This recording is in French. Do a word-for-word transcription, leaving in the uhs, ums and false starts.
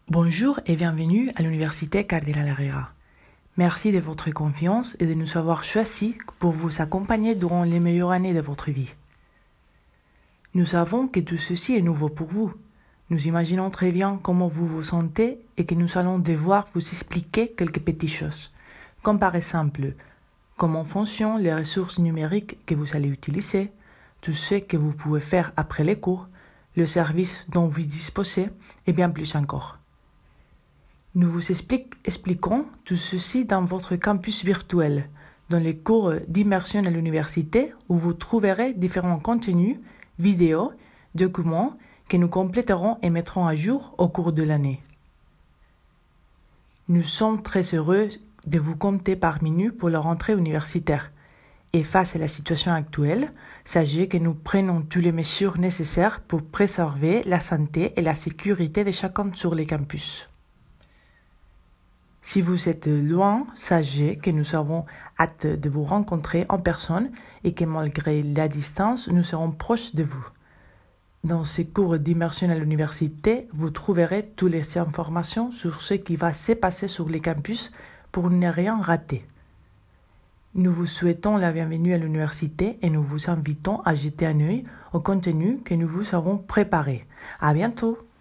Bonjour et bienvenue à l'Université Cardinal Herrera. Merci de votre confiance et de nous avoir choisis pour vous accompagner durant les meilleures années de votre vie. Nous savons que tout ceci est nouveau pour vous. Nous imaginons très bien comment vous vous sentez et que nous allons devoir vous expliquer quelques petites choses, comme par exemple comment fonctionnent les ressources numériques que vous allez utiliser, tout ce que vous pouvez faire après les cours, le service dont vous disposez et bien plus encore. Nous vous explique, expliquons tout ceci dans votre campus virtuel, dans les cours d'immersion à l'université où vous trouverez différents contenus, vidéos, documents que nous compléterons et mettrons à jour au cours de l'année. Nous sommes très heureux de vous compter parmi nous pour la rentrée universitaire. Et face à la situation actuelle, sachez que nous prenons toutes les mesures nécessaires pour préserver la santé et la sécurité de chacun sur les campus. Si vous êtes loin, sachez que nous avons hâte de vous rencontrer en personne et que malgré la distance, nous serons proches de vous. Dans ces cours d'immersion à l'université, vous trouverez toutes les informations sur ce qui va se passer sur les campus pour ne rien rater. Nous vous souhaitons la bienvenue à l'université et nous vous invitons à jeter un œil au contenu que nous vous avons préparé. À bientôt!